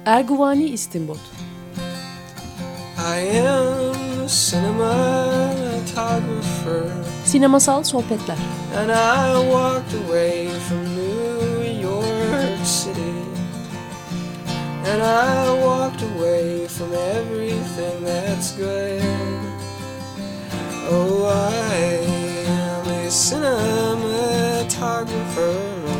Erguvani İstinbot. I am a cinematographer. Sinemasal sohbetler. And I walked away from New York City. And I walked away from everything that's good. Oh, I am a cinematographer.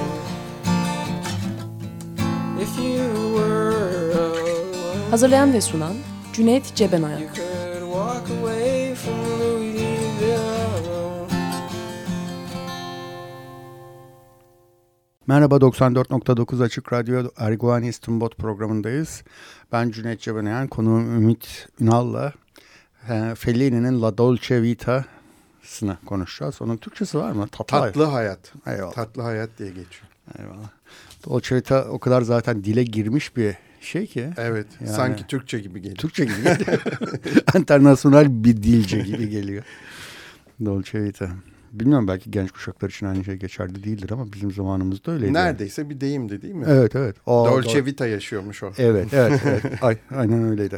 If you were alone, Hazırlayan ve sunan Cüneyt Cebenayak. you could walk away from Louisville alone. Merhaba, 94.9 Açık Radyo Erguvani İstinbot programındayız. Ben Cüneyt Cebenayan, konuğum Ümit Ünal'la Fellini'nin La Dolce Vita'sını konuşacağız. Onun Türkçesi var mı? Tatlı Hayat. Eyvallah. Tatlı Hayat diye geçiyor. Eyvallah. Dolce Vita o kadar zaten dile girmiş bir şey ki. Evet. Yani, sanki Türkçe gibi geliyor. Türkçe gibi geliyor. Internasyonel bir dilce gibi geliyor. Dolce Vita. Bilmiyorum, belki genç kuşaklar için aynı şey geçerli değildir ama bizim zamanımızda öyleydi. Neredeyse bir deyimdi değil mi? Evet. Dolce Vita yaşıyormuş o. Evet. Aynen öyleydi.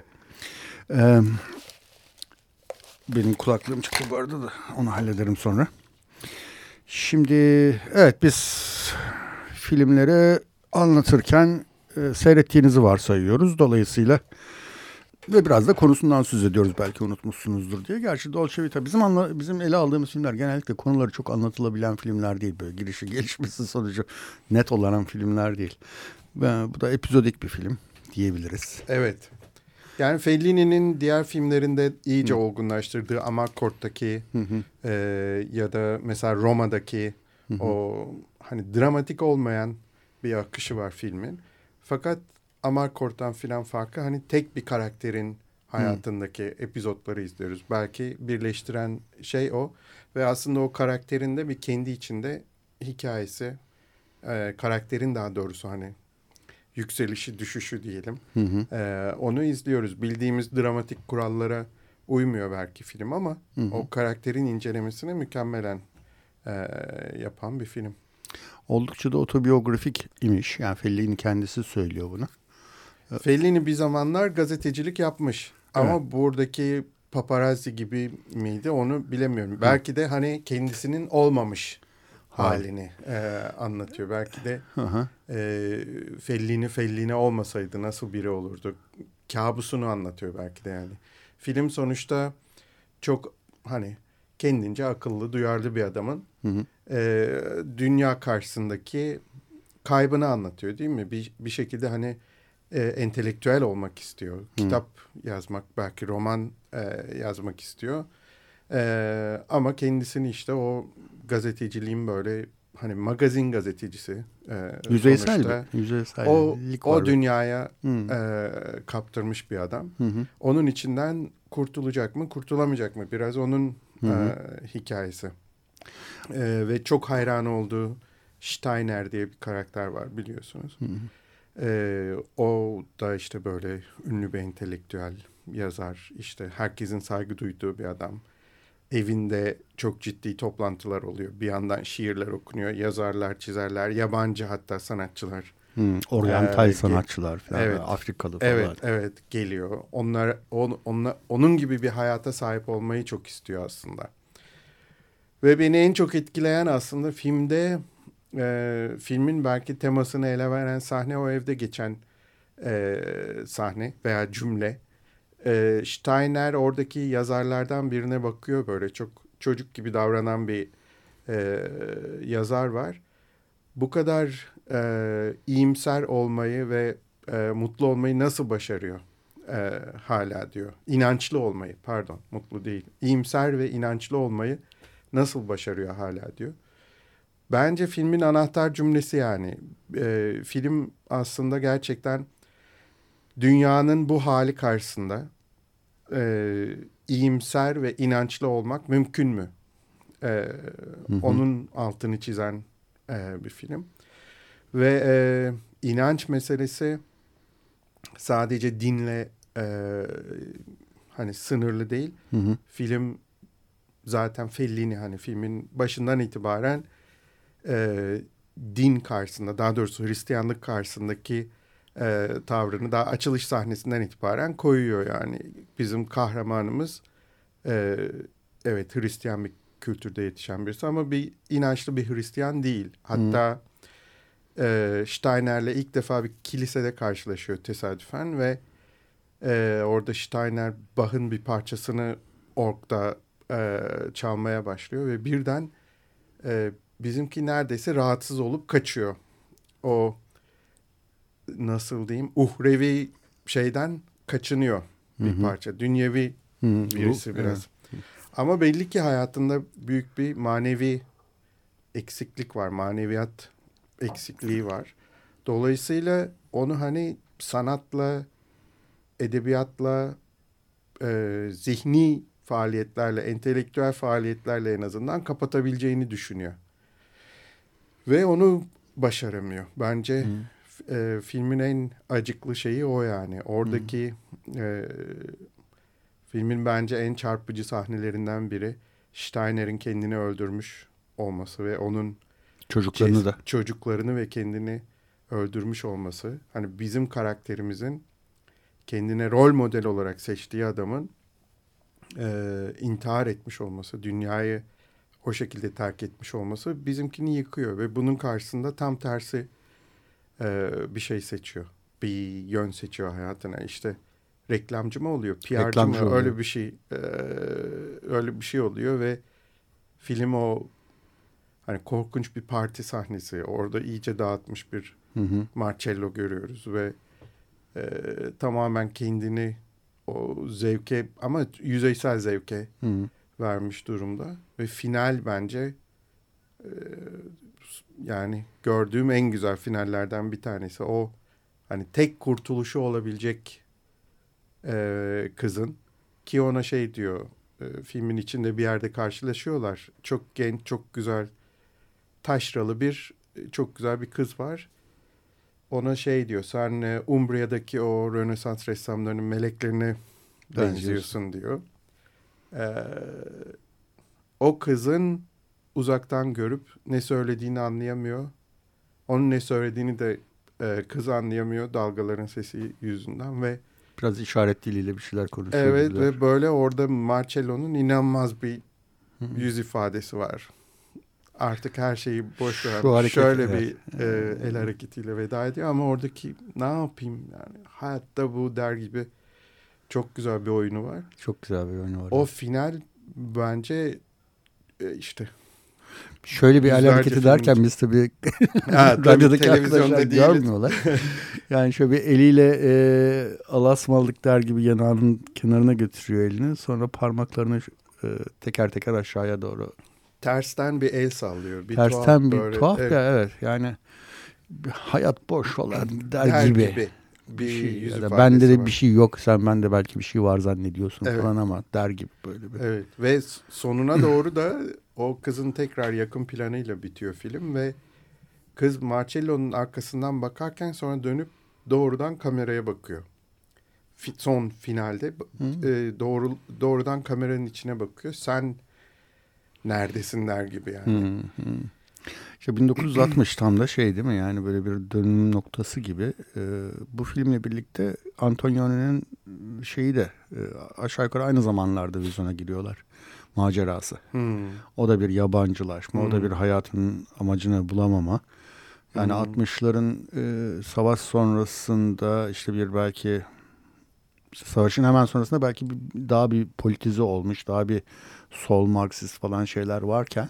Benim kulaklığım çıktı bu arada da onu hallederim sonra. Şimdi evet, biz filmleri anlatırken seyrettiğinizi varsayıyoruz. Dolayısıyla ve biraz da konusundan söz ediyoruz, belki unutmuşsunuzdur diye. Gerçi Dolce Vita bizim ele aldığımız filmler genellikle konuları çok anlatılabilen filmler değil. Böyle girişi gelişmesi sonucu net olan filmler değil. Bu da epizodik bir film diyebiliriz. Evet. Yani Fellini'nin diğer filmlerinde iyice olgunlaştırdığı Amarkort'taki ya da mesela Roma'daki o hani dramatik olmayan bir akışı var filmin. Fakat Amarkort'tan filan farkı hani tek bir karakterin hayatındaki epizotları izliyoruz. Belki birleştiren şey o ve aslında o karakterin de bir kendi içinde hikayesi, karakterin daha doğrusu hani yükselişi düşüşü diyelim. Onu izliyoruz. Bildiğimiz dramatik kurallara uymuyor belki film ama o karakterin incelemesini mükemmelen yapan bir film. Oldukça da otobiyografik imiş. Yani Fellini kendisi söylüyor bunu. Fellini bir zamanlar gazetecilik yapmış. Evet. Ama buradaki paparazzi gibi miydi onu bilemiyorum. Belki de hani kendisinin olmamış halini anlatıyor. Belki de Fellini olmasaydı nasıl biri olurdu? Kabusunu anlatıyor belki de yani. Film sonuçta çok hani kendince akıllı, duyarlı bir adamın dünya karşısındaki kaybını anlatıyor değil mi? Bir şekilde hani entelektüel olmak istiyor. Kitap yazmak, belki roman yazmak istiyor. Ama kendisini işte o gazeteciliğin böyle hani magazin gazetecisi. Yüzeysel o dünyaya kaptırmış bir adam. Onun içinden kurtulacak mı, kurtulamayacak mı? Biraz onun hikayesi. Ve çok hayran olduğu Steiner diye bir karakter var biliyorsunuz. O da işte böyle ünlü bir entelektüel yazar. İşte herkesin saygı duyduğu bir adam. Evinde çok ciddi toplantılar oluyor. Bir yandan şiirler okunuyor. Yazarlar, çizerler, yabancı hatta sanatçılar. Oryantal sanatçılar falan. Evet, Afrikalı falan. Evet geliyor. Onun gibi bir hayata sahip olmayı çok istiyor aslında. Ve beni en çok etkileyen aslında filmde filmin belki temasını ele veren sahne o evde geçen sahne veya cümle. Steiner oradaki yazarlardan birine bakıyor, böyle çok çocuk gibi davranan bir yazar var. Bu kadar iyimser olmayı ve mutlu olmayı nasıl başarıyor hala diyor. İnançlı olmayı, pardon, mutlu değil. İyimser ve inançlı olmayı nasıl başarıyor hala diyor. Bence filmin anahtar cümlesi yani. Film aslında gerçekten dünyanın bu hali karşısında iyimser ve inançlı olmak mümkün mü? Onun altını çizen bir film. Ve inanç meselesi sadece dinle hani sınırlı değil. Film zaten Fellini hani filmin başından itibaren din karşısında, daha doğrusu Hristiyanlık karşısındaki tavrını daha açılış sahnesinden itibaren koyuyor yani. Bizim kahramanımız evet Hristiyan bir kültürde yetişen birisi ama bir inançlı bir Hristiyan değil. Hatta Steiner'le ilk defa bir kilisede karşılaşıyor tesadüfen ve orada Steiner Bach'ın bir parçasını orgda çalmaya başlıyor ve birden bizimki neredeyse rahatsız olup kaçıyor. O nasıl diyeyim uhrevi şeyden kaçınıyor bir parça. Dünyevi birisi biraz. Evet. Ama belli ki hayatında büyük bir manevi eksiklik var. Maneviyat eksikliği var. Dolayısıyla onu hani sanatla, edebiyatla, zihni faaliyetlerle, entelektüel faaliyetlerle en azından kapatabileceğini düşünüyor. Ve onu başaramıyor. Bence filmin en acıklı şeyi o yani. Oradaki filmin bence en çarpıcı sahnelerinden biri Steiner'in kendini öldürmüş olması ve onun çocuklarını ve kendini öldürmüş olması. Hani bizim karakterimizin kendine rol model olarak seçtiği adamın intihar etmiş olması, dünyayı o şekilde terk etmiş olması bizimkini yıkıyor ve bunun karşısında tam tersi bir şey seçiyor. Bir yön seçiyor hayatına. İşte reklamcı mı oluyor, PR'cı mı? Öyle bir şey, öyle bir şey oluyor ve film o hani korkunç bir parti sahnesi. Orada iyice dağıtmış bir Marcello görüyoruz ve tamamen kendini o zevke ama yüzeysel zevke vermiş durumda. Ve final bence yani gördüğüm en güzel finallerden bir tanesi. O hani tek kurtuluşu olabilecek kızın ki ona şey diyor filmin içinde bir yerde karşılaşıyorlar. Çok genç, çok güzel taşralı çok güzel bir kız var. Ona şey diyor, sen Umbria'daki o Rönesans ressamlarının meleklerine benziyorsun diyor. O kızın uzaktan görüp ne söylediğini anlayamıyor. Onun ne söylediğini de kız anlayamıyor dalgaların sesi yüzünden ve biraz işaret diliyle bir şeyler konuşuyor. Evet ve böyle orada Marcello'nun inanılmaz bir yüz ifadesi var. Artık her şeyi boş ver. Şöyle bir el hareketiyle veda ediyor ama oradaki ne yapayım yani hayatta bu der gibi çok güzel bir oyunu var. Çok güzel bir oyunu var. O final bence işte şöyle bir el hareketi derken biz tabii radyodaki arkadaşlar görmüyorlar. Yani şöyle bir eliyle alasmalık der gibi yanağının kenarına götürüyor elini. Sonra parmaklarını teker teker aşağıya doğru. Tersten bir el sallıyor. Tersten tuhaf ya evet. Yani hayat boş falan der gibi. Bir şey, ya da bende de var. Bir şey yok. Sen bende belki bir şey var zannediyorsun falan ama der gibi böyle bir. Evet ve sonuna doğru da o kızın tekrar yakın planıyla bitiyor film ve kız Marcello'nun arkasından bakarken sonra dönüp doğrudan kameraya bakıyor. Son finalde doğrudan kameranın içine bakıyor. Sen neredesin der gibi yani. İşte 1960 tam da şey değil mi yani böyle bir dönüm noktası gibi. Bu filmle birlikte Antonioni'nin şeyi de aşağı yukarı aynı zamanlarda vizyona giriyorlar. Macerası. O da bir yabancılaşma, o da bir hayatın amacını bulamama. Yani 60'ların savaş sonrasında işte bir belki savaşın hemen sonrasında belki daha bir politize olmuş, daha bir sol Marksist falan şeyler varken,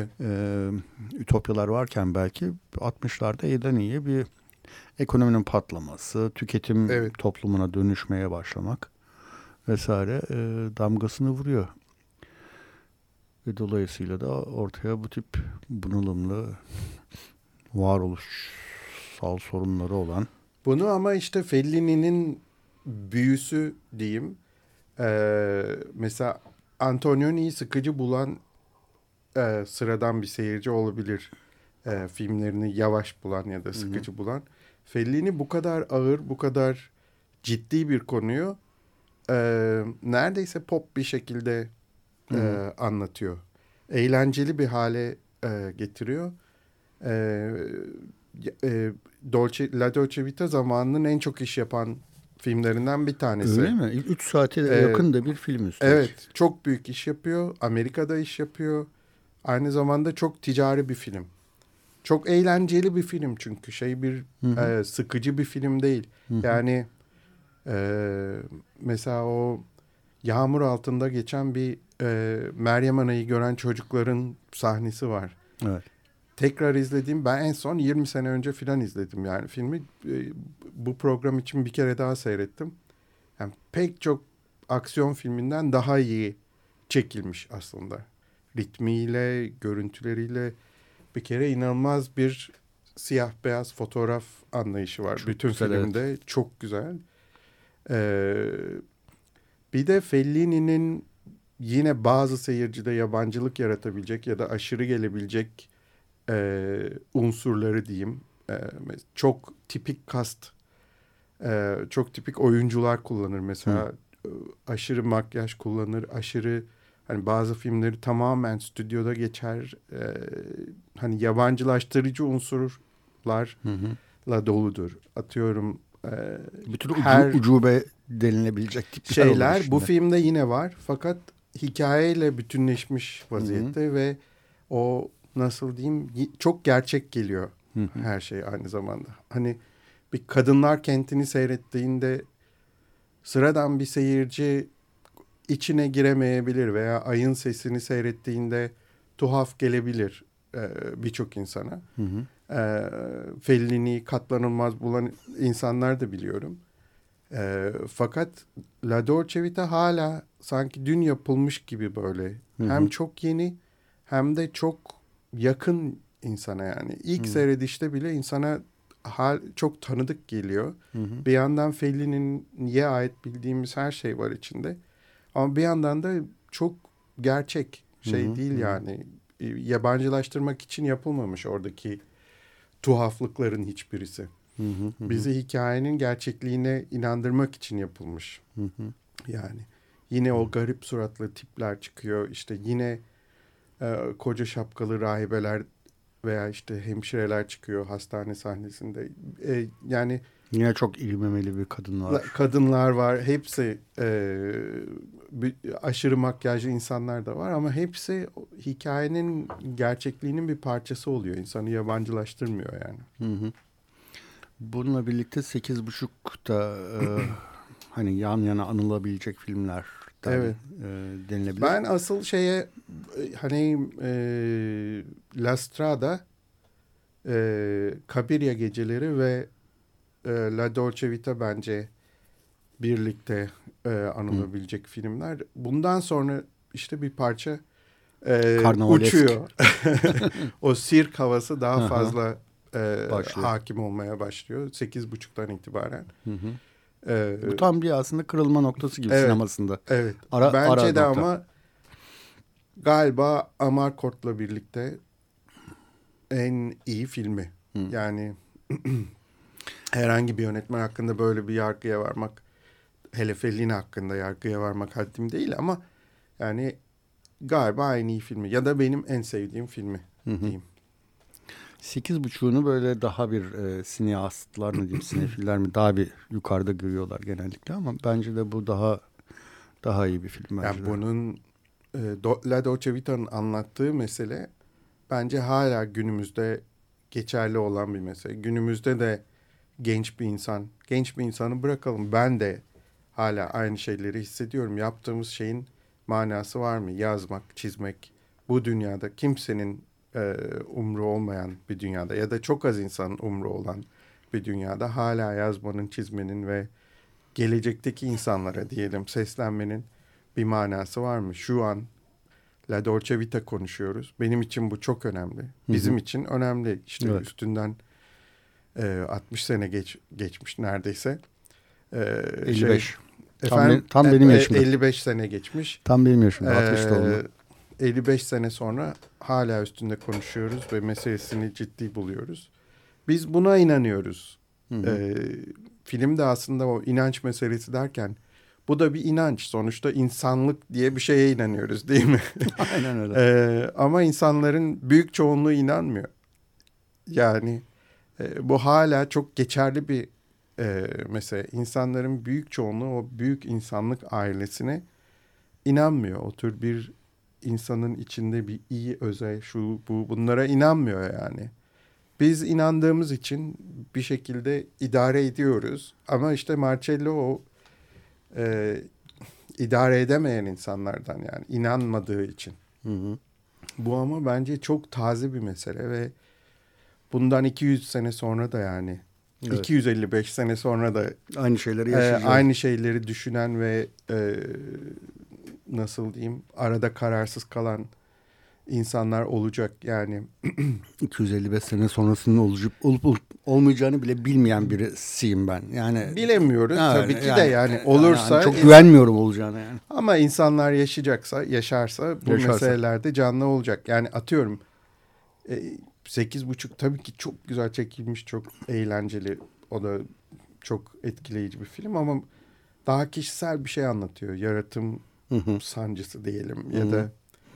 ütopyalar varken belki 60'larda iyiden iyiye bir ekonominin patlaması, tüketim toplumuna dönüşmeye başlamak vesaire damgasını vuruyor. Ve dolayısıyla da ortaya bu tip bunalımlı varoluşsal sorunları olan. Bunu ama işte Fellini'nin büyüsü diyeyim. Mesela Antonioni'yi sıkıcı bulan sıradan bir seyirci olabilir. Filmlerini yavaş bulan ya da sıkıcı bulan. Fellini bu kadar ağır, bu kadar ciddi bir konuyu neredeyse pop bir şekilde anlatıyor. Eğlenceli bir hale getiriyor. La Dolce Vita zamanının en çok iş yapan filmlerinden bir tanesi. Öyle mi? 3 saate yakın da bir film üstelik. Evet, çok büyük iş yapıyor. Amerika'da iş yapıyor. Aynı zamanda çok ticari bir film. Çok eğlenceli bir film çünkü sıkıcı bir film değil. Yani mesela o yağmur altında geçen bir Meryem Ana'yı gören çocukların sahnesi var. Evet. Tekrar izlediğim, ben en son 20 sene önce filan izledim yani filmi. Bu program için bir kere daha seyrettim. Yani pek çok aksiyon filminden daha iyi çekilmiş aslında. Ritmiyle, görüntüleriyle bir kere inanılmaz bir siyah beyaz fotoğraf anlayışı var. Çok bütün güzel, filmde evet. çok güzel. Bir de Fellini'nin yine bazı seyircide yabancılık yaratabilecek ya da aşırı gelebilecek unsurları diyeyim. Çok tipik cast, çok tipik oyuncular kullanır mesela. Aşırı makyaj kullanır, aşırı hani bazı filmleri tamamen stüdyoda geçer. Hani yabancılaştırıcı unsurlarla doludur. Atıyorum Bütün ucube denilebilecek tipler şeyler olur bu şimdi. filmde yine var. Fakat hikayeyle bütünleşmiş vaziyette ve o nasıl diyeyim çok gerçek geliyor her şey aynı zamanda. Hani bir Kadınlar Kenti'ni seyrettiğinde sıradan bir seyirci içine giremeyebilir veya Ayın Sesi'ni seyrettiğinde tuhaf gelebilir birçok insana. Fellini'yi katlanılmaz bulan insanlar da biliyorum. Fakat La Dolce Vita hala sanki dün yapılmış gibi böyle. Hem çok yeni hem de çok yakın insana yani. İlk seyredişte bile insana çok tanıdık geliyor. Bir yandan Fellini'ye ait bildiğimiz her şey var içinde. Ama bir yandan da çok gerçek değil yani. Yabancılaştırmak için yapılmamış oradaki tuhaflıkların hiçbirisi. Bizi hikayenin gerçekliğine inandırmak için yapılmış. Yani yine o garip suratlı tipler çıkıyor. İşte yine koca şapkalı rahibeler veya işte hemşireler çıkıyor hastane sahnesinde. Yani yine çok ilmemeli bir kadın var. Kadınlar var. Hepsi aşırı makyajlı insanlar da var ama hepsi hikayenin gerçekliğinin bir parçası oluyor. İnsanı yabancılaştırmıyor yani. Bununla birlikte 8.5'da hani yan yana anılabilecek filmler denilebilir. Ben asıl hani La Strada, Cabiria Geceleri ve La Dolce Vita bence birlikte anılabilecek filmler. Bundan sonra işte bir parça uçuyor. O sirk havası daha fazla hakim olmaya başlıyor. 8.5'tan itibaren. Bu tam bir aslında kırılma noktası gibi sinemasında. Evet. Bence de nokta. Ama galiba Amarkort'la birlikte en iyi filmi. Yani herhangi bir yönetmen hakkında böyle bir yargıya varmak, hele Fellini hakkında yargıya varmak haddim değil ama yani galiba en iyi filmi ya da benim en sevdiğim filmi diyeyim. 8.5'unu böyle daha bir sineastlar mı diyeyim, sinefiller mi daha bir yukarıda görüyorlar genellikle ama bence de bu daha iyi bir film bence. Yani bunun La Dolce Vita'nın anlattığı mesele bence hala günümüzde geçerli olan bir mesele. Günümüzde de genç bir insanı bırakalım. Ben de hala aynı şeyleri hissediyorum. Yaptığımız şeyin manası var mı? Yazmak, çizmek. Bu dünyada kimsenin umru olmayan bir dünyada ya da çok az insanın umru olan bir dünyada hala yazmanın, çizmenin ve gelecekteki insanlara diyelim seslenmenin bir manası var mı? Şu an La Dolce Vita konuşuyoruz. Benim için bu çok önemli. Bizim için önemli. İşte üstünden 60 sene geçmiş neredeyse. 55. Tam benim yaşımda. 55 sene geçmiş. Tam benim yaşımda. 60'da oldu. 55 sene sonra hala üstünde konuşuyoruz ve meselesini ciddi buluyoruz. Biz buna inanıyoruz. Filmde aslında o inanç meselesi derken bu da bir inanç. Sonuçta insanlık diye bir şeye inanıyoruz değil mi? Aynen öyle. Ama insanların büyük çoğunluğu inanmıyor. Yani Bu hala çok geçerli bir mesele. İnsanların büyük çoğunluğu o büyük insanlık ailesine inanmıyor. O tür bir insanın içinde bir iyi, özel, şu bu, bunlara inanmıyor yani. Biz inandığımız için bir şekilde idare ediyoruz. Ama işte Marcello o idare edemeyen insanlardan, yani inanmadığı için. Hı hı. Bu ama bence çok taze bir mesele ve bundan 200 sene sonra da, yani Evet. 255 sene sonra da Aynı şeyleri yaşayacağız. aynı şeyleri düşünen ve nasıl diyeyim, arada kararsız kalan insanlar olacak yani. 255 sene sonrasının olup olmayacağını bile bilmeyen birisiyim ben. Yani Bilemiyoruz tabii ki de, yani olursa yani çok güvenmiyorum olacağına yani. ama insanlar yaşarsa bu meselelerde canlı olacak. Yani atıyorum 8.5 tabii ki çok güzel çekilmiş, çok eğlenceli. O da çok etkileyici bir film ama daha kişisel bir şey anlatıyor. Yaratım sancısı diyelim ya da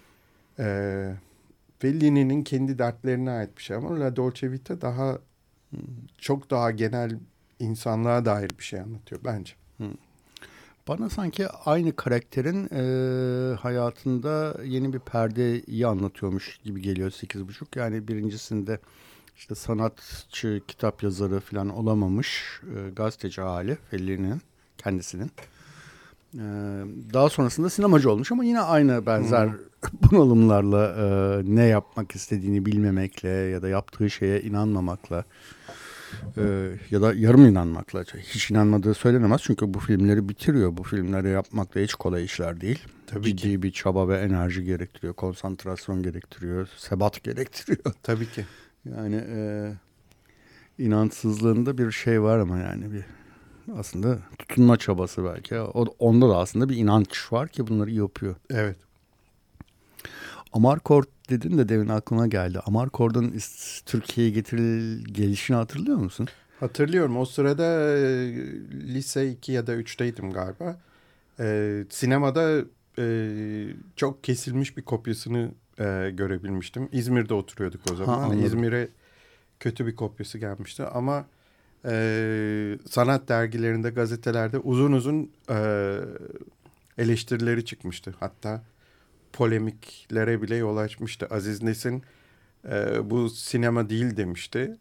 Fellini'nin kendi dertlerine ait bir şey ama La Dolce Vita daha çok daha genel, insanlığa dair bir şey anlatıyor bence. Bana sanki aynı karakterin hayatında yeni bir perdeyi anlatıyormuş gibi geliyor 8.5. Yani birincisinde işte sanatçı, kitap yazarı falan olamamış, gazeteci hali Fellini'nin kendisinin. Daha sonrasında sinemacı olmuş ama yine aynı benzer bunalımlarla ne yapmak istediğini bilmemekle ya da yaptığı şeye inanmamakla ya da yarım inanmakla, hiç inanmadığı söylenemez çünkü bu filmleri bitiriyor. Bu filmleri yapmak da hiç kolay işler değil. Tabii Ciddi bir çaba ve enerji gerektiriyor, konsantrasyon gerektiriyor, sebat gerektiriyor. Tabii ki. Yani inançsızlığında bir şey var ama yani bir aslında tutunma çabası belki. Onda da aslında bir inanç var ki bunları yapıyor. Evet. Amarcord dedin de demin aklıma geldi. Amarcord'un Türkiye'ye gelişini hatırlıyor musun? Hatırlıyorum. O sırada lise 2 ya da 3'teydim galiba. Sinemada çok kesilmiş bir kopyasını görebilmiştim. İzmir'de oturuyorduk o zaman. İzmir'e kötü bir kopyası gelmişti ama sanat dergilerinde, gazetelerde uzun uzun eleştirileri çıkmıştı. Hatta polemiklere bile yol açmıştı. Aziz Nesin bu sinema değil demişti.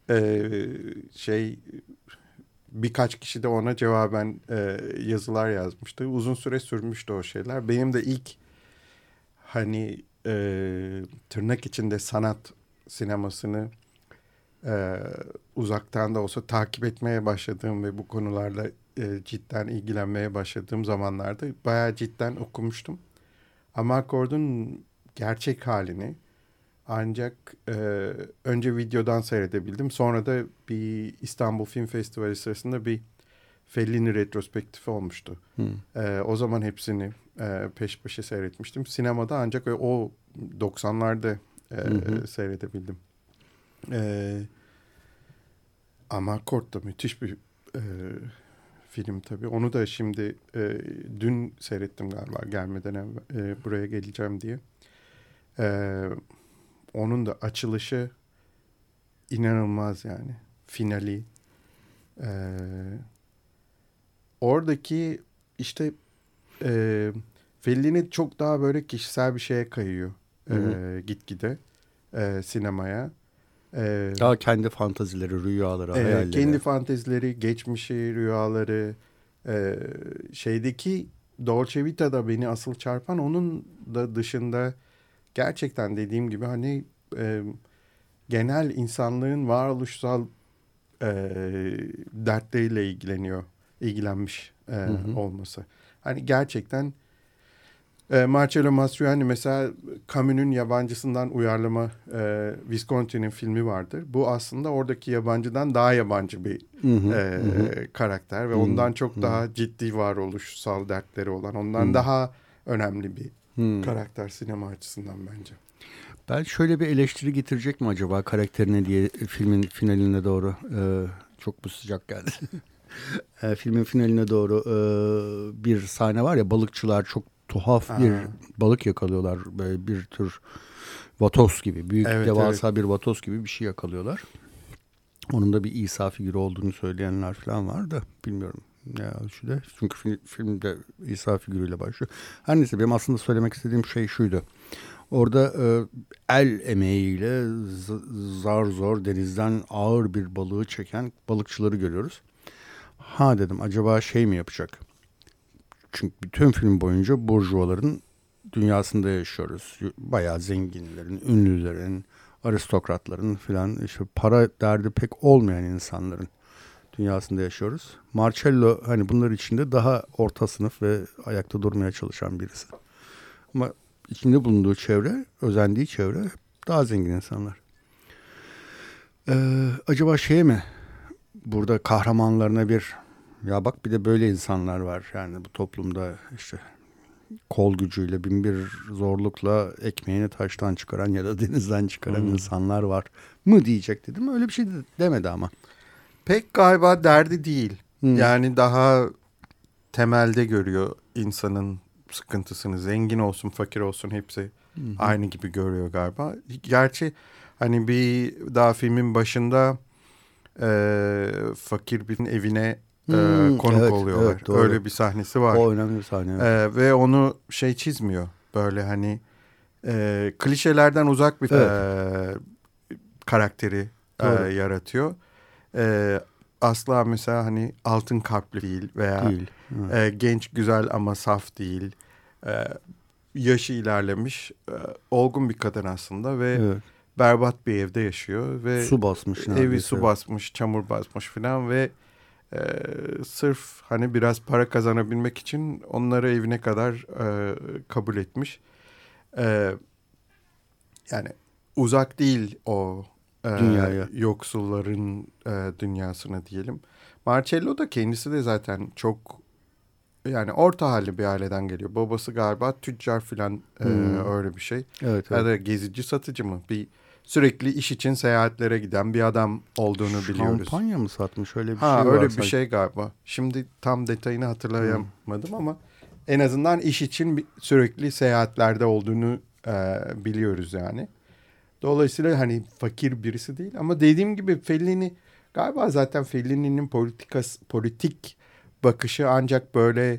Birkaç kişi de ona cevaben yazılar yazmıştı. Uzun süre sürmüştü o şeyler. Benim de ilk hani tırnak içinde sanat sinemasını uzaktan da olsa takip etmeye başladığım ve bu konularla cidden ilgilenmeye başladığım zamanlarda bayağı cidden okumuştum. Amarcord'un gerçek halini ancak önce videodan seyredebildim. Sonra da bir İstanbul Film Festivali sırasında bir Fellini retrospektifi olmuştu. O zaman hepsini peş peşe seyretmiştim. Sinemada ancak o 90'larda seyredebildim. Amarcord da müthiş bir film tabii. Onu da şimdi dün seyrettim galiba gelmeden evvel, buraya geleceğim diye. Onun da açılışı inanılmaz yani. Finali. Oradaki işte Fellini çok daha böyle kişisel bir şeye kayıyor gitgide sinemaya. Daha kendi fantazileri, rüyaları, hayalleri. Kendi fantezileri, geçmişi, rüyaları. Şeydeki Dolce Vita'da beni asıl çarpan onun da dışında gerçekten dediğim gibi hani genel insanlığın varoluşsal dertleriyle ilgilenmiş olması. Hani gerçekten Marcello Mastroianni mesela Camus'un Yabancısından uyarlama Visconti'nin filmi vardır. Bu aslında oradaki yabancıdan daha yabancı bir karakter ve ondan çok daha ciddi varoluşsal dertleri olan, ondan daha önemli bir karakter sinema açısından bence. Ben şöyle bir eleştiri getirecek mi acaba karakterine diye filmin finaline doğru çok bu sıcak geldi. Filmin finaline doğru bir sahne var ya, balıkçılar çok tuhaf bir balık yakalıyorlar. Böyle bir tür vatoz gibi, büyük devasa bir vatoz gibi bir şey yakalıyorlar. Onun da bir İsa figürü olduğunu söyleyenler falan var da bilmiyorum. Ya şu da çünkü filmde İsa figürüyle başlıyor. Her neyse benim aslında söylemek istediğim şey şuydu. Orada el emeğiyle zar zor denizden ağır bir balığı çeken balıkçıları görüyoruz. Ha dedim acaba şey mi yapacak? Çünkü bütün film boyunca burjuvaların dünyasında yaşıyoruz. Bayağı zenginlerin, ünlülerin, aristokratların filan işte para derdi pek olmayan insanların dünyasında yaşıyoruz. Marcello hani bunlar içinde daha orta sınıf ve ayakta durmaya çalışan birisi. Ama içinde bulunduğu çevre, özendiği çevre daha zengin insanlar. Acaba şey mi? Burada kahramanlarına bir ya bak bir de böyle insanlar var. Yani bu toplumda işte kol gücüyle binbir zorlukla ekmeğini taştan çıkaran ya da denizden çıkaran insanlar var mı diyecek dedim. Öyle bir şey demedi ama. Pek galiba derdi değil. Yani daha temelde görüyor insanın sıkıntısını. Zengin olsun, fakir olsun hepsi aynı gibi görüyor galiba. Gerçi hani bir daha filmin başında fakir birinin evine konuk oluyorlar. Evet, doğru. Öyle bir sahnesi var. O önemli bir sahne. Evet. Ve onu şey çizmiyor. Böyle hani klişelerden uzak bir karakteri yaratıyor. Asla mesela hani altın kalpli değil veya genç güzel ama saf değil. Yaşı ilerlemiş olgun bir kadın aslında ve berbat bir evde yaşıyor ve su basmış neredeyse. Evi su basmış, çamur basmış falan ve sırf hani biraz para kazanabilmek için onları evine kadar kabul etmiş. Yani uzak değil o dünyaya. Yoksulların dünyasına diyelim. Marcello da kendisi de zaten çok yani orta halli bir aileden geliyor. Babası galiba tüccar falan öyle bir şey. Evet. Ya da gezici satıcı mı? Sürekli iş için seyahatlere giden bir adam olduğunu biliyoruz. Şampanya mı satmış öyle bir şey var. Öyle bir şey galiba. Şimdi tam detayını hatırlayamadım ama en azından iş için sürekli seyahatlerde olduğunu biliyoruz yani. Dolayısıyla hani fakir birisi değil ama dediğim gibi Fellini galiba zaten Fellini'nin politik bakışı ancak böyle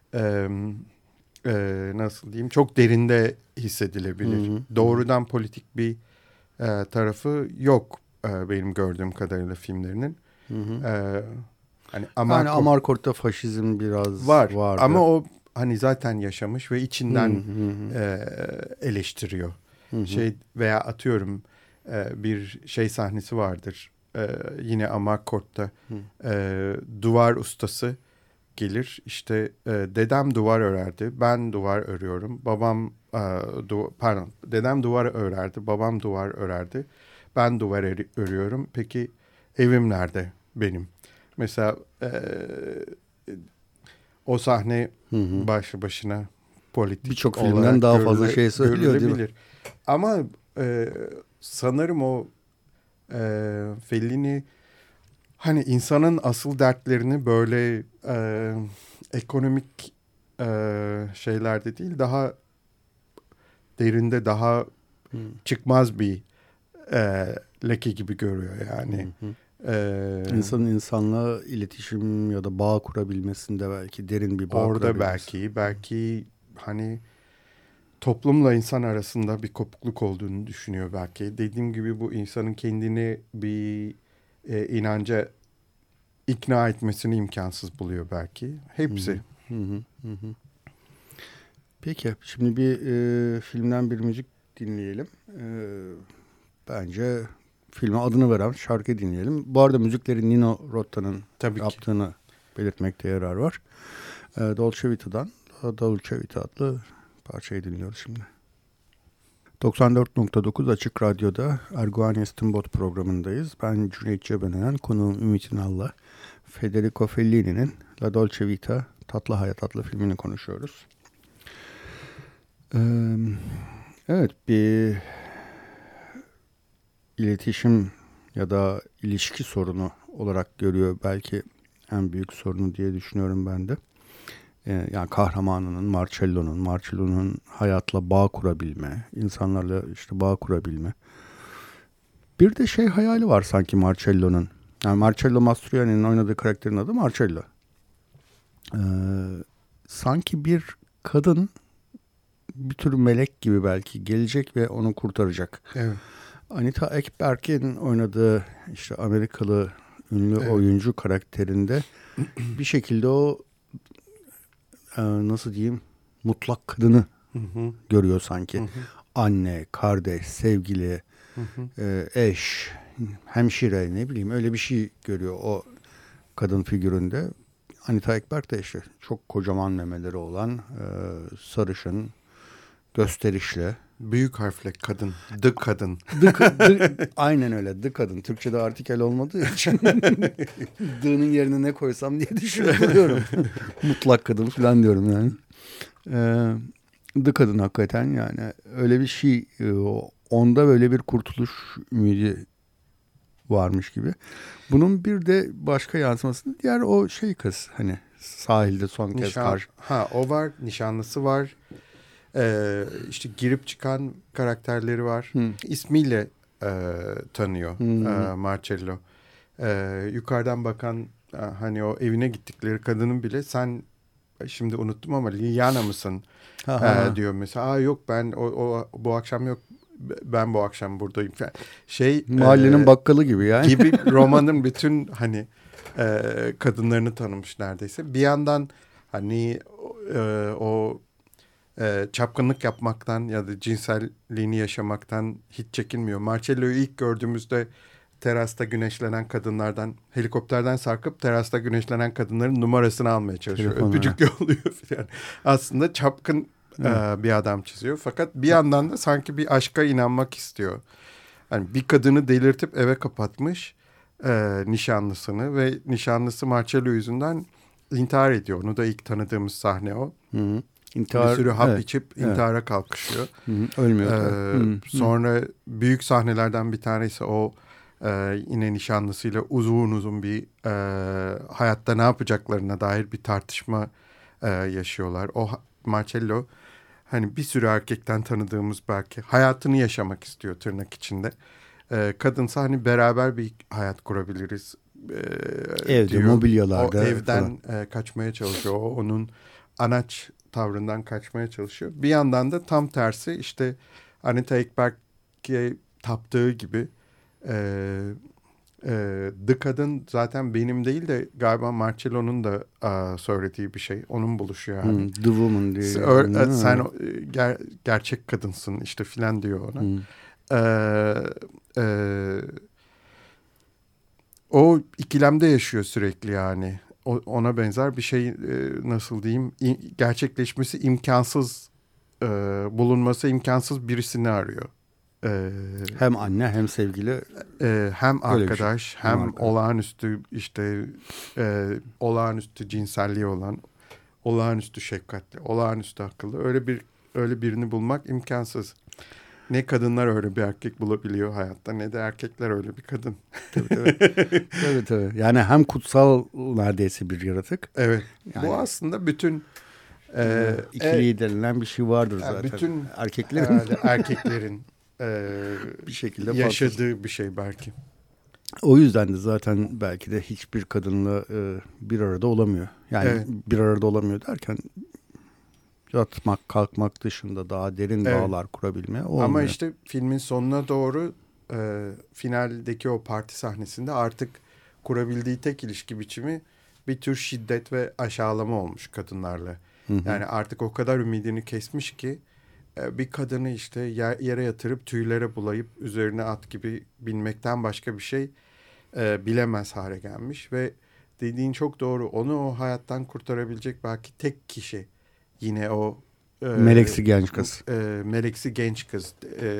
nasıl diyeyim çok derinde hissedilebilir. Doğrudan politik bir tarafı yok benim gördüğüm kadarıyla filmlerinin. Hani Amarkort'ta faşizm biraz vardı. Ama o hani zaten yaşamış ve içinden eleştiriyor. Veya atıyorum bir şey sahnesi vardır. Yine Amarkort'ta duvar ustası gelir. İşte dedem duvar örerdi. Ben duvar örüyorum. Dedem duvar örerdi. Babam duvar örerdi. Ben duvar örüyorum. Peki evim nerede benim? Mesela o sahne başlı başına politik birçok filmden daha fazla şey söylüyor değil mi? Ama sanırım o Fellini hani insanın asıl dertlerini böyle ekonomik şeylerde değil daha derinde daha çıkmaz bir leke gibi görüyor yani. İnsanın insanla iletişim ya da bağ kurabilmesinde belki derin bir bağ orada belki hani toplumla insan arasında bir kopukluk olduğunu düşünüyor belki. Dediğim gibi bu insanın kendini bir inanca ikna etmesini imkansız buluyor belki. Hepsi. Peki şimdi bir filmden bir müzik dinleyelim. Bence filme adını veren şarkı dinleyelim. Bu arada müzikleri Nino Rota'nın yaptığını belirtmekte yarar var. Dolce Vita'dan Dolce Vita adlı parçayı dinliyoruz şimdi. 94.9 Açık Radyo'da Erguvan İstinbot programındayız. Ben Cüneyt Cebenayan, konuğum Ümit İnal'la Federico Fellini'nin La Dolce Vita, Tatlı Hayat adlı filmini konuşuyoruz. Evet, bir iletişim ya da ilişki sorunu olarak görüyor belki en büyük sorunu diye düşünüyorum ben de. Yani kahramanının Marcello'nun hayatla bağ kurabilme, insanlarla işte bağ kurabilme. Bir de hayali var sanki Marcello'nun. Yani Marcello Mastroianni'nin oynadığı karakterin adı Marcello. Sanki bir kadın bir tür melek gibi belki gelecek ve onu kurtaracak. Evet. Anita Ekberg'in oynadığı işte Amerikalı ünlü oyuncu karakterinde bir şekilde o nasıl diyeyim mutlak kadını görüyor sanki. Anne, kardeş, sevgili, eş, hemşire ne bileyim öyle bir şey görüyor o kadın figüründe. Anita Ekberg de işte çok kocaman memeleri olan sarışın, gösterişli. Büyük harfle kadın. The kadın. Aynen öyle. The kadın. Türkçe'de artikel olmadığı için D'nın yerine ne koysam diye düşünüyorum. Mutlak kadın falan diyorum yani. The kadın hakikaten yani öyle bir şey. Onda böyle bir kurtuluş ümidi varmış gibi. Bunun bir de başka yansıması diğer o şey kız hani sahilde son kez karşı. Ha o var. Nişanlısı var. İşte girip çıkan karakterleri var. İsmiyle tanıyor Marcello. Yukarıdan bakan hani o evine gittikleri kadının bile sen şimdi unuttum ama Liliana mısın diyor mesela. Yok ben o bu akşam yok. Ben bu akşam buradayım. Mahallenin bakkalı gibi yani. Gibi romanın bütün hani kadınlarını tanımış neredeyse. Bir yandan hani o çapkınlık yapmaktan ya da cinselliğini yaşamaktan hiç çekinmiyor. Marcello'yu ilk gördüğümüzde terasta güneşlenen kadınlardan, helikopterden sarkıp terasta güneşlenen kadınların numarasını almaya çalışıyor. Öpücük yolluyor falan. Aslında çapkın bir adam çiziyor. Fakat bir yandan da sanki bir aşka inanmak istiyor. Yani bir kadını delirtip eve kapatmış nişanlısını ve nişanlısı Marcello yüzünden intihar ediyor. Onu da ilk tanıdığımız sahne o. İntihar, bir sürü hap içip intihara kalkışıyor. Ölmüyor. Sonra büyük sahnelerden bir tanesi o yine nişanlısıyla uzun bir hayatta ne yapacaklarına dair bir tartışma yaşıyorlar. O Marcello hani bir sürü erkekten tanıdığımız belki hayatını yaşamak istiyor tırnak içinde. Kadınsa hani beraber bir hayat kurabiliriz evde, diyor. mobilyalarda. O evden kaçmaya çalışıyor. O onun anaç tavrından kaçmaya çalışıyor. Bir yandan da tam tersi işte Anita Ekberg'e taptığı gibi The Kadın zaten benim değil de galiba Marcello'nun da söylediği bir şey. Onun buluşu yani. The Woman diye. Sen gerçek kadınsın işte filan diyor ona. O ikilemde yaşıyor sürekli yani. Ona benzer bir şey nasıl diyeyim gerçekleşmesi imkansız bulunması imkansız birisini arıyor. Hem anne hem sevgili. Hem arkadaş şey. hem olağanüstü işte olağanüstü cinselliği olan olağanüstü şefkatli, olağanüstü akıllı öyle birini bulmak imkansız. Ne kadınlar öyle bir erkek bulabiliyor hayatta ne de erkekler öyle bir kadın. Tabii. Yani hem kutsal neredeyse bir yaratık. Evet. Yani, bu aslında bütün ikiliği denilen bir şey vardır zaten. Bütün erkeklerin bir şekilde yaşadığı bir şey belki. O yüzden de zaten belki de hiçbir kadınla bir arada olamıyor. Yani bir arada olamıyor derken yatmak, kalkmak dışında daha derin bağlar kurabilme olmuyor. Ama işte filmin sonuna doğru finaldeki o parti sahnesinde artık kurabildiği tek ilişki biçimi bir tür şiddet ve aşağılama olmuş kadınlarla. Yani artık o kadar ümidini kesmiş ki bir kadını işte yere yatırıp tüylere bulayıp üzerine at gibi binmekten başka bir şey bilemez hale gelmiş. Ve dediğin çok doğru, onu o hayattan kurtarabilecek belki tek kişi yine o meleksi genç kız. Meleksi genç kız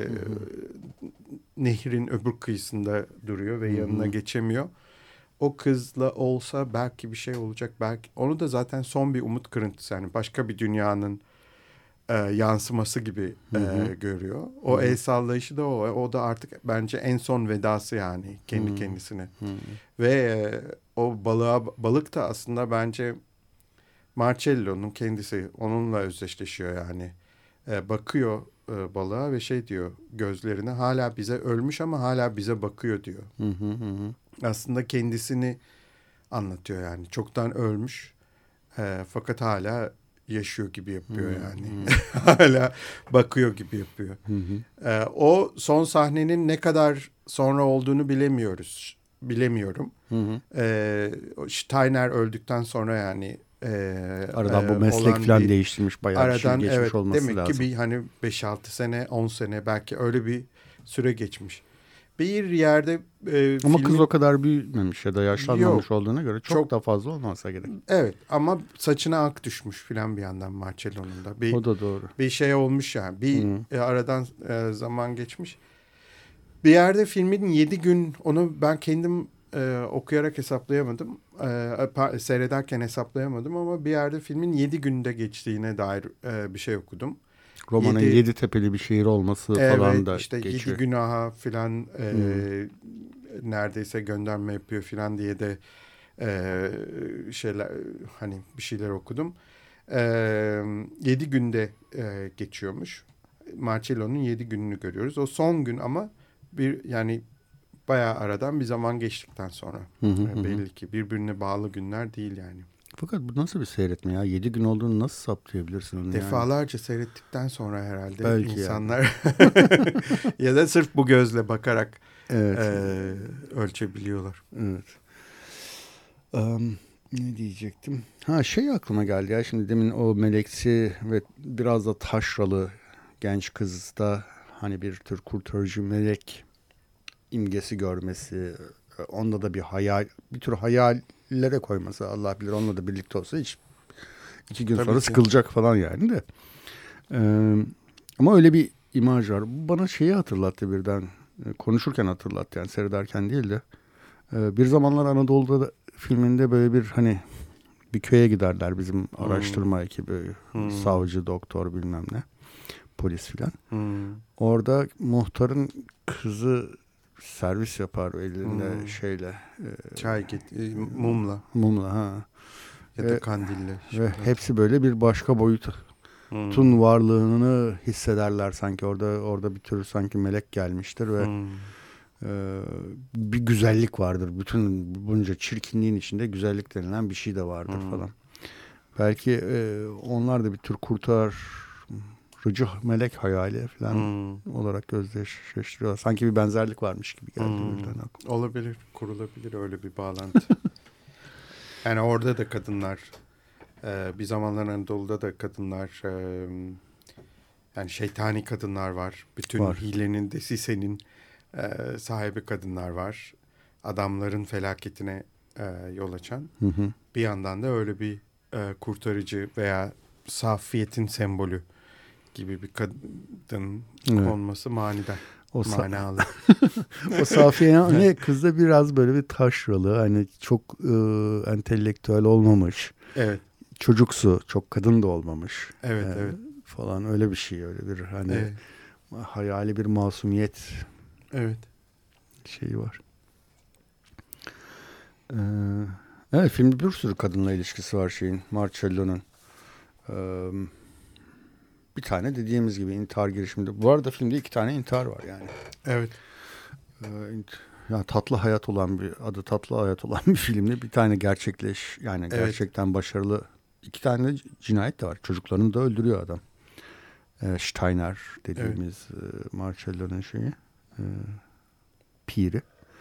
nehrin öbür kıyısında duruyor ve yanına geçemiyor. O kızla olsa belki bir şey olacak. Belki onu da zaten son bir umut kırıntısı. Yani başka bir dünyanın yansıması gibi görüyor. O el sallayışı da o. O da artık bence en son vedası yani kendi kendisine. Ve o balık da aslında bence Marcello'nun kendisi onunla özdeşleşiyor yani. Bakıyor balığa ve şey diyor gözlerine, hala bize ölmüş ama hala bize bakıyor diyor. Aslında kendisini anlatıyor yani. Çoktan ölmüş fakat hala yaşıyor gibi yapıyor yani. Hala bakıyor gibi yapıyor. O son sahnenin ne kadar sonra olduğunu bilemiyorum. Steiner öldükten sonra yani aradan bu meslek falan değiştirmiş, bayağı bir şey geçmiş evet, olması demek lazım. Demek ki bir hani 5-6 sene 10 sene belki öyle bir süre geçmiş. Bir yerde ama kız o kadar büyümemiş ya da yaşlanmamış olduğuna göre çok da fazla olmasa gerek. Evet ama saçına ak düşmüş filan bir yandan Marcello'nun da. O da doğru. Bir şey olmuş yani. Aradan zaman geçmiş. Bir yerde filmin 7 gün, onu ben kendim okuyarak hesaplayamadım. Seyrederken hesaplayamadım ama bir yerde filmin 7 günde geçtiğine dair bir şey okudum. Romanın Yeditepe'li bir şehir olması falan da işte geçiyor. 7 günaha filan neredeyse gönderme yapıyor filan diye de şeyler, hani bir şeyler okudum. 7 günde geçiyormuş. Marcello'nun 7 gününü görüyoruz. O son gün ama yani bayağı aradan bir zaman geçtikten sonra. Belli ki birbirine bağlı günler değil yani. Fakat bu nasıl bir seyretme ya? 7 gün olduğunu nasıl saptayabilirsin onu? Defalarca seyrettikten sonra herhalde belki insanlar ya da sırf bu gözle bakarak ölçebiliyorlar. Evet. Ne diyecektim? Şey aklıma geldi ya, şimdi demin o meleksi ve biraz da taşralı genç kızda hani bir tür kurtarıcı melek imgesi görmesi, onda da bir hayal, bir tür hayallere koyması, Allah bilir, onunla da birlikte olsa hiç 2 gün sonra sıkılacak falan yani de. Ama öyle bir imaj var. Bana şeyi hatırlattı birden, konuşurken hatırlattı yani, seyrederken değil de. Bir zamanlar Anadolu'da da, filminde böyle bir hani bir köye giderler bizim araştırma ekibi, savcı, doktor, bilmem ne, polis filan. Orada muhtarın kızı servis yapar elinde şeyle, çay mumla ya da kandille. Ve hepsi böyle bir başka boyutun varlığını hissederler sanki, orada bir tür sanki melek gelmiştir ve bir güzellik vardır. Bütün bunca çirkinliğin içinde güzellik denilen bir şey de vardır falan. Belki onlar da bir tür kurtarıcı melek hayali falan olarak gözleştiriyorlar. Sanki bir benzerlik varmış gibi geldi. Olabilir, kurulabilir öyle bir bağlantı. Yani orada da kadınlar, bir zamanlar Anadolu'da da kadınlar, yani şeytani kadınlar var. Bütün hilenin, desisenin sahibi kadınlar var. Adamların felaketine yol açan. Bir yandan da öyle bir kurtarıcı veya safiyetin sembolü gibi bir kadın konması manidar. Manalı. O Safiye hani kızda biraz böyle bir taşralı, hani çok entelektüel olmamış. Evet. Çocuksu, çok kadın da olmamış. Evet. Falan öyle bir şey, öyle bir hani hayali bir masumiyet. Evet. Şeyi var. Evet, filmde bir sürü kadınla ilişkisi var Marcello'nun. Bir tane dediğimiz gibi intihar girişiminde. Bu arada filmde 2 tane intihar var yani. Evet. Yani adı Tatlı Hayat olan bir filmde bir tane gerçekten başarılı 2 tane cinayet de var. Çocuklarını da öldürüyor adam. Steiner dediğimiz Marcello'nun piri.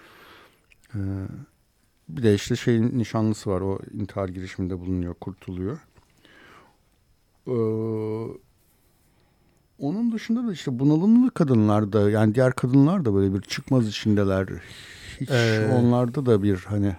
Bir de işte nişanlısı var. O intihar girişiminde bulunuyor, kurtuluyor. Onun dışında da işte bunalımlı kadınlar da, yani diğer kadınlar da böyle bir çıkmaz içindeler. Hiç onlarda da bir hani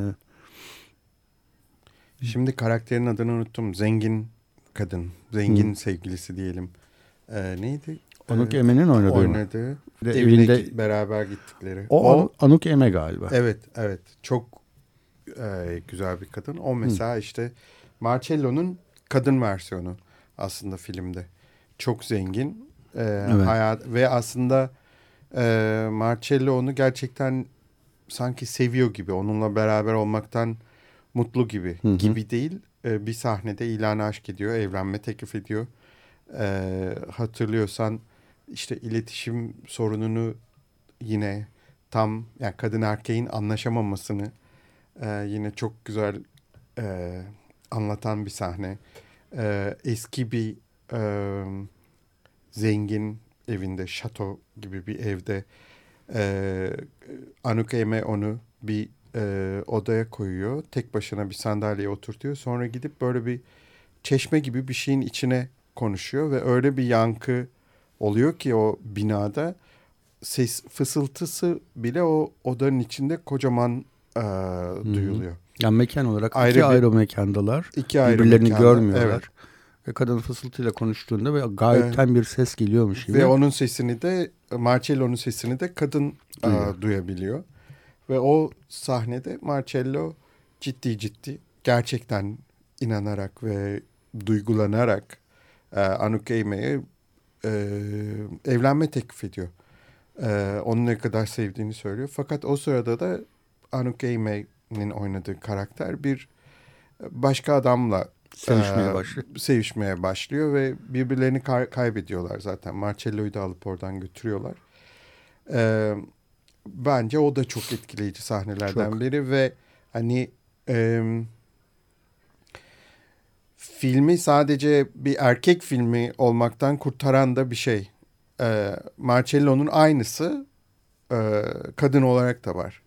şimdi karakterin adını unuttum. Zengin kadın. Zengin sevgilisi diyelim. Neydi? Anuk Eme'nin oynadığı. Evinde beraber gittikleri. O Anuk Eme galiba. Evet. Çok güzel bir kadın. O mesela işte Marcello'nun kadın versiyonu aslında filmde. Çok zengin. Hayat ve aslında Marcello onu gerçekten sanki seviyor gibi. Onunla beraber olmaktan mutlu gibi. Gibi değil. Bir sahnede ilan aşk ediyor. Evlenme teklif ediyor. Hatırlıyorsan işte iletişim sorununu yine tam yani kadın erkeğin anlaşamamasını yine çok güzel anlatan bir sahne. Eski bir zengin evinde, şato gibi bir evde Anouk Aimée onu bir odaya koyuyor. Tek başına bir sandalyeye oturtuyor. Sonra gidip böyle bir çeşme gibi bir şeyin içine konuşuyor ve öyle bir yankı oluyor ki o binada ses fısıltısı bile o odanın içinde kocaman duyuluyor. Yani mekan olarak Ayrı iki bir- ayrı mekandalar. İki ayrı Birbirlerini mekanda, görmüyorlar. evet. Ve kadın fısıltıyla konuştuğunda ve gayetten bir ses geliyormuş gibi. Ve onun sesini de Marcello'nun sesini de kadın duyabiliyor. Ve o sahnede Marcello ciddi gerçekten inanarak ve duygulanarak Anouk Aimé'ye evlenme teklif ediyor. Onu ne kadar sevdiğini söylüyor. Fakat o sırada da Anouk Aimé'nin oynadığı karakter bir başka adamla sevişmeye başlıyor ve birbirlerini kaybediyorlar zaten. Marcello'yu da alıp oradan götürüyorlar. Bence o da çok etkileyici sahnelerden biri ve hani filmi sadece bir erkek filmi olmaktan kurtaran da bir şey. Marcello'nun aynısı kadın olarak da var.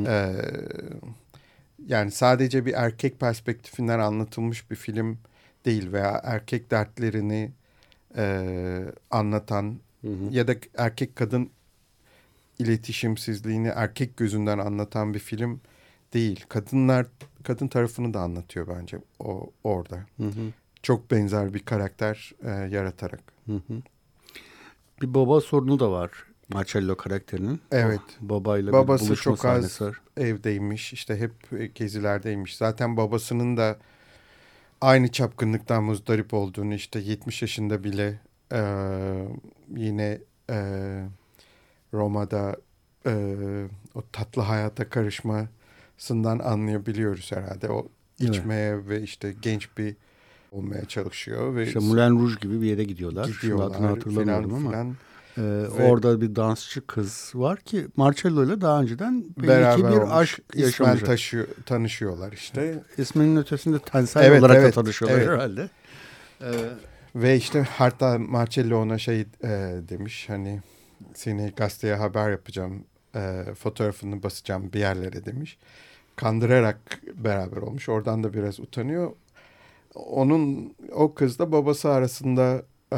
Yani sadece bir erkek perspektifinden anlatılmış bir film değil veya erkek dertlerini anlatan ya da erkek kadın iletişimsizliğini erkek gözünden anlatan bir film değil. Kadın tarafını da anlatıyor bence orada. Çok benzer bir karakter yaratarak. Bir baba sorunu da var Marcello karakterinin. Evet. Babayla Babası bir buluşma çok az sahnesi var. evdeymiş. İşte hep gezilerdeymiş. Zaten babasının da aynı çapkınlıktan muzdarip olduğunu işte 70 yaşında bile yine Roma'da o tatlı hayata karışmasından anlayabiliyoruz herhalde. O içmeye ve işte genç bir olmaya çalışıyor. Ve İşte Moulin Rouge gibi bir yere gidiyorlar. Şimdi adını hatırlamıyorum ama. Orada bir dansçı kız var ki Marcello ile daha önceden belli ki bir aşk yaşamışlar. İsmen tanışıyorlar işte. İsminin ötesinde tensel olarak da tanışıyorlar herhalde. Ve işte hatta Marcello ona demiş hani seni gazeteye haber yapacağım, fotoğrafını basacağım bir yerlere demiş. Kandırarak beraber olmuş. Oradan da biraz utanıyor. O kızla babası arasında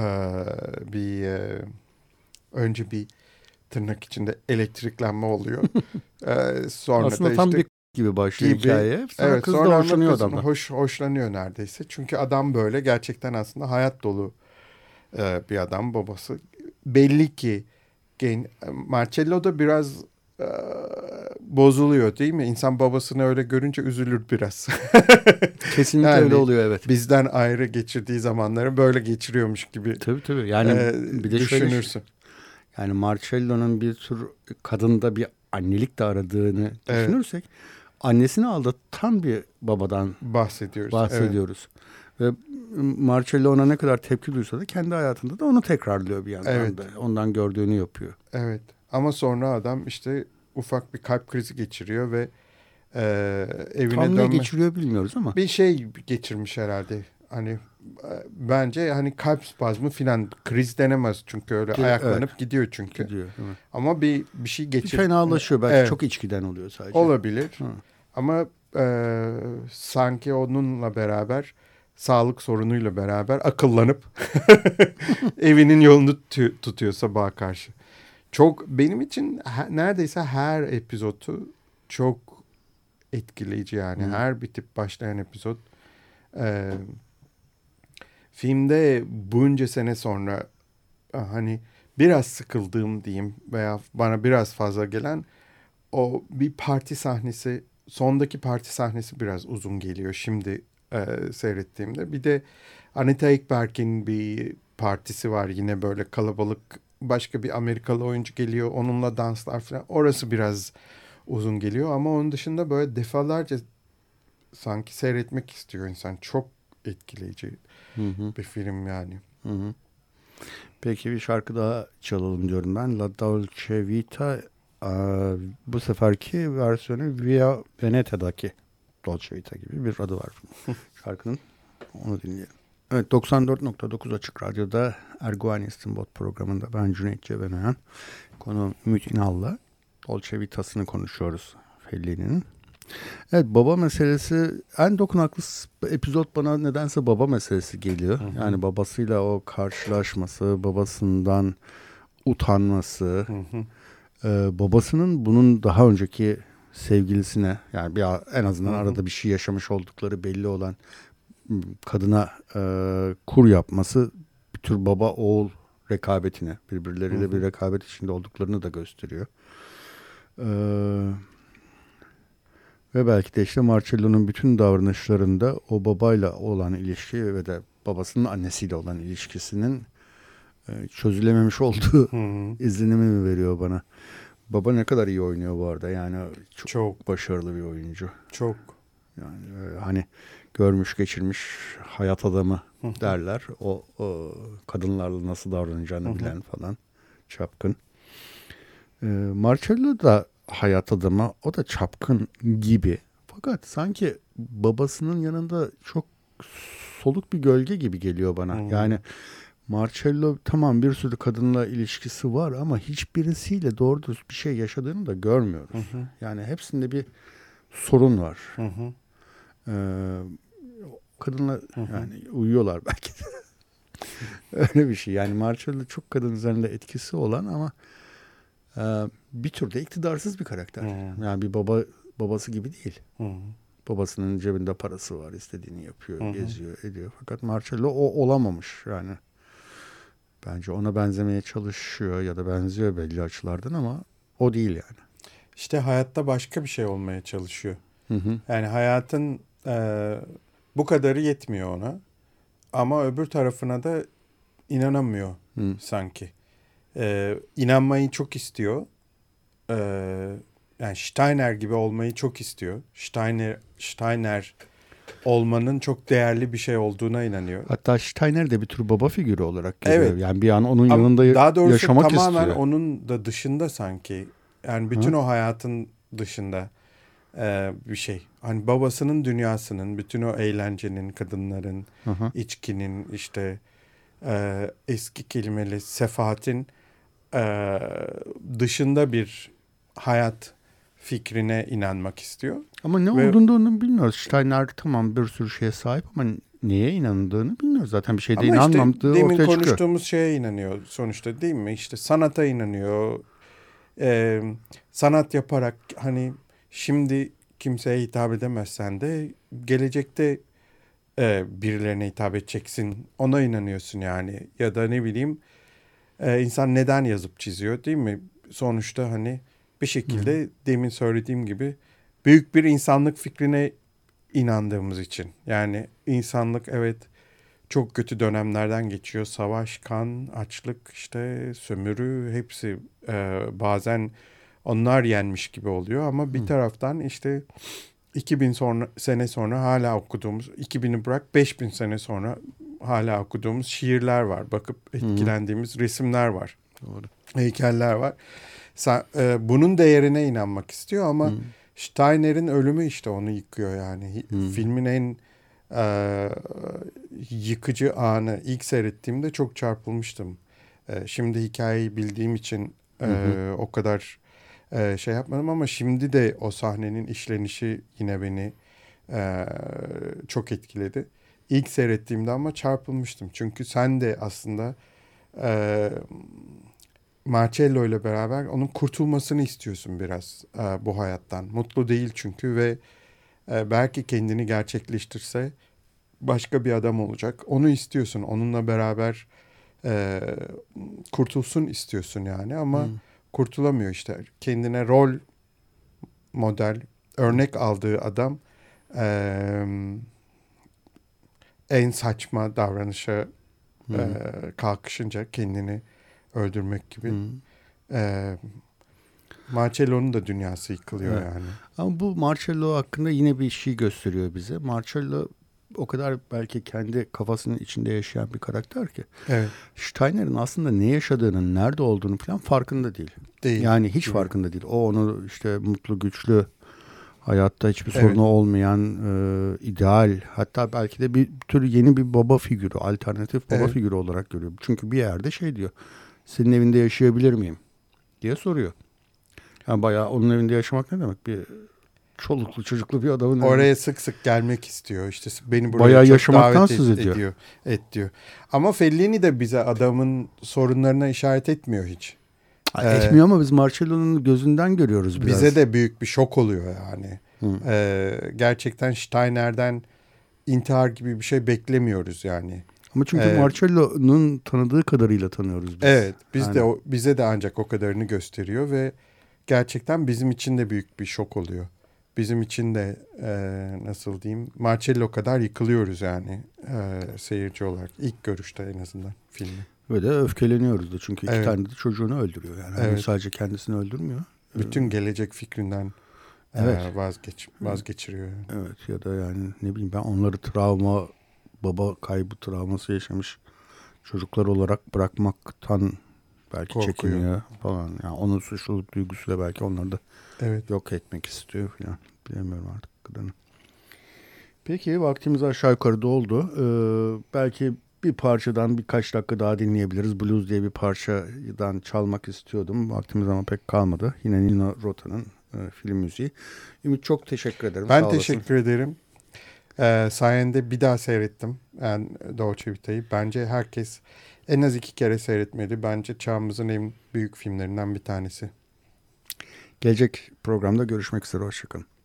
önce bir tırnak içinde elektriklenme oluyor. Sonra aslında da tam işte bir gibi başlıyor hikaye. Sonra kız da hoşlanıyor adamdan. Hoşlanıyor neredeyse. Çünkü adam böyle gerçekten aslında hayat dolu bir adam babası. Belli ki Marcello da biraz bozuluyor değil mi? İnsan babasını öyle görünce üzülür biraz. Kesinlikle yani, öyle oluyor evet. Bizden ayrı geçirdiği zamanları böyle geçiriyormuş gibi. Tabii. Yani bir de düşünürsün. Yani Marcello'nun bir tür kadında bir annelik de aradığını düşünürsek annesini aldatan bir babadan bahsediyoruz. Ve Marcello ona ne kadar tepki duysa da kendi hayatında da onu tekrarlıyor bir yandan da. Ondan gördüğünü yapıyor. Evet. Ama sonra adam işte ufak bir kalp krizi geçiriyor ve evine tam ne geçiriyor bilmiyoruz ama. Bir şey geçirmiş herhalde. Hani bence hani kalp spazmı filan kriz denemez çünkü öyle ayaklanıp gidiyor çünkü. Gidiyor, ama bir şey geçiriyor. Bir fenalaşıyor belki çok içkiden oluyor sadece. Olabilir. Ama sanki onunla beraber sağlık sorunuyla beraber akıllanıp evinin yolunu tutuyor sabaha karşı. Çok benim için neredeyse her epizodu çok etkileyici yani. Her bitip başlayan epizod. Filmde bunca sene sonra hani biraz sıkıldığım diyeyim veya bana biraz fazla gelen o bir parti sahnesi, sondaki parti sahnesi biraz uzun geliyor şimdi seyrettiğimde. Bir de Anita Ekberg'in bir partisi var yine böyle kalabalık, başka bir Amerikalı oyuncu geliyor onunla danslar falan, orası biraz uzun geliyor ama onun dışında böyle defalarca sanki seyretmek istiyor insan. Çok etkileyici bir film yani. Peki bir şarkı daha çalalım diyorum ben. La Dolce Vita, bu seferki versiyonu Via Veneta'daki Dolce Vita gibi bir adı var şarkının. Onu dinleyelim. Evet, 94.9 Açık Radyo'da Erguvan İstinbot programında ben Cüneyt Cebenayan, konuğum Ümit İnal'la Dolce Vita'sını konuşuyoruz Fellini'nin. Evet, baba meselesi en dokunaklı epizod bana nedense baba meselesi geliyor. Hı hı. Yani babasıyla o karşılaşması, babasından utanması, hı hı. Babasının bunun daha önceki sevgilisine, yani en azından hı hı. arada bir şey yaşamış oldukları belli olan kadına kur yapması bir tür baba oğul rekabetine, birbirleriyle hı hı. bir rekabet içinde olduklarını da gösteriyor. Ve belki de işte Marcello'nun bütün davranışlarında o babayla olan ilişki ve de babasının annesiyle olan ilişkisinin çözülememiş olduğu izlenimi veriyor bana. Baba ne kadar iyi oynuyor bu arada. Yani çok başarılı bir oyuncu. Çok. Yani hani görmüş geçirmiş hayat adamı derler. O kadınlarla nasıl davranacağını bilen falan. Çapkın. Marcello da hayat adamı, o da çapkın gibi. Fakat sanki babasının yanında çok soluk bir gölge gibi geliyor bana. Yani Marcello tamam bir sürü kadınla ilişkisi var ama hiçbirisiyle doğru dürüst bir şey yaşadığını da görmüyoruz. Yani hepsinde bir sorun var. Kadınla yani uyuyorlar belki de. Öyle bir şey. Yani Marcello çok kadın üzerinde etkisi olan ama bir türde iktidarsız bir karakter. Yani bir babası gibi değil. Babasının cebinde parası var, istediğini yapıyor, geziyor, ediyor. Fakat Marcello o olamamış yani. Bence ona benzemeye çalışıyor ya da benziyor belli açılardan ama o değil yani. İşte hayatta başka bir şey olmaya çalışıyor. Yani hayatın bu kadarı yetmiyor ona. Ama öbür tarafına da inanamıyor sanki. İnanmayı çok istiyor. Yani Steiner gibi olmayı çok istiyor. Steiner olmanın çok değerli bir şey olduğuna inanıyor. Hatta Steiner de bir tür baba figürü olarak görüyor. Evet. Yani bir an onun yanında yaşamak istiyor. Daha doğrusu tamamen onun da dışında sanki. Yani bütün o hayatın dışında bir şey. Hani babasının dünyasının, bütün o eğlencenin, kadınların, içkinin, işte eski kelimeli sefahatin dışında bir hayat fikrine inanmak istiyor. Ama ne olduğunu onu bilmiyoruz. Steiner tamam bir sürü şeye sahip ama neye inandığını bilmiyoruz. Zaten bir şeyde inanmadığı işte ortaya çıkıyor. Demin konuştuğumuz şeye inanıyor sonuçta değil mi? İşte sanata inanıyor. Sanat yaparak hani şimdi kimseye hitap edemezsen de gelecekte birilerine hitap edeceksin. Ona inanıyorsun yani. Ya da ne bileyim insan neden yazıp çiziyor değil mi? Sonuçta hani bir şekilde demin söylediğim gibi büyük bir insanlık fikrine inandığımız için. Yani insanlık evet çok kötü dönemlerden geçiyor. Savaş, kan, açlık, işte sömürü hepsi bazen onlar yenmiş gibi oluyor. Ama bir taraftan işte 2000 sene sonra hala okuduğumuz, 2000'i bırak 5000 sene sonra hala okuduğumuz şiirler var. Bakıp etkilendiğimiz resimler var. Doğru. Heykeller var. Bunun değerine inanmak istiyor ama Steiner'in ölümü işte onu yıkıyor yani. Filmin en yıkıcı anı ilk seyrettiğimde çok çarpılmıştım. Şimdi hikayeyi bildiğim için o kadar şey yapmadım ama şimdi de o sahnenin işlenişi yine beni çok etkiledi. İlk seyrettiğimde ama çarpılmıştım. Çünkü sen de aslında Marcello ile beraber onun kurtulmasını istiyorsun biraz bu hayattan. Mutlu değil çünkü ve belki kendini gerçekleştirse başka bir adam olacak. Onu istiyorsun. Onunla beraber kurtulsun istiyorsun yani ama kurtulamıyor işte. Kendine rol model, örnek aldığı adam en saçma davranışa kalkışınca kendini öldürmek gibi. Marcello'nun da dünyası yıkılıyor yani. Ama bu Marcello hakkında yine bir şey gösteriyor bize. Marcello o kadar belki kendi kafasının içinde yaşayan bir karakter ki. Evet. Steiner'in aslında ne yaşadığının, nerede olduğunu falan farkında değil. Değil. Yani hiç farkında değil. O onu işte mutlu, güçlü, hayatta hiçbir sorunu olmayan, ideal, hatta belki de bir tür yeni bir baba figürü, alternatif baba figürü olarak görüyor. Çünkü bir yerde şey diyor, senin evinde yaşayabilir miyim diye soruyor. Yani bayağı onun evinde yaşamak ne demek? Bir çoluklu çocuklu bir adamın Oraya evinde. sık sık gelmek istiyor. İşte beni buraya Bayağı çok yaşamaktan davet söz ediyor. diyor. Ama Fellini de bize adamın sorunlarına işaret etmiyor hiç. Etmiyor ama biz Marcello'nun gözünden görüyoruz biraz. Bize de büyük bir şok oluyor yani. Gerçekten Steiner'den intihar gibi bir şey beklemiyoruz yani. Ama çünkü Marcello'nun tanıdığı kadarıyla tanıyoruz biz. Evet, Yani. bize de ancak o kadarını gösteriyor ve gerçekten bizim için de büyük bir şok oluyor. Bizim için de nasıl diyeyim, Marcello kadar yıkılıyoruz yani seyirci olarak. İlk görüşte en azından filmi. Ve de öfkeleniyoruz da çünkü iki tane de çocuğunu öldürüyor yani. Evet. Sadece kendisini öldürmüyor. Bütün gelecek fikrinden vazgeçiriyor. Yani. Evet, ya da yani ne bileyim ben onları baba kaybı travması yaşamış çocuklar olarak bırakmaktan belki Korkuyor. çekiniyor falan. Yani onun suçluluk duygusuyla belki onları da yok etmek istiyor falan. Bilemiyorum artık kadarını. Peki vaktimiz aşağı yukarı doldu. Belki bir parçadan birkaç dakika daha dinleyebiliriz. Blues diye bir parçadan çalmak istiyordum. Vaktimiz ama pek kalmadı. Yine Nino Rota'nın film müziği. Ümit, çok teşekkür ederim. Ben Sağ olasın. teşekkür ederim. Sayende bir daha seyrettim. Yani Dolce Vita'yı. Bence herkes en az 2 kere seyretmeli. Bence çağımızın en büyük filmlerinden bir tanesi. Gelecek programda görüşmek üzere. Hoşçakalın.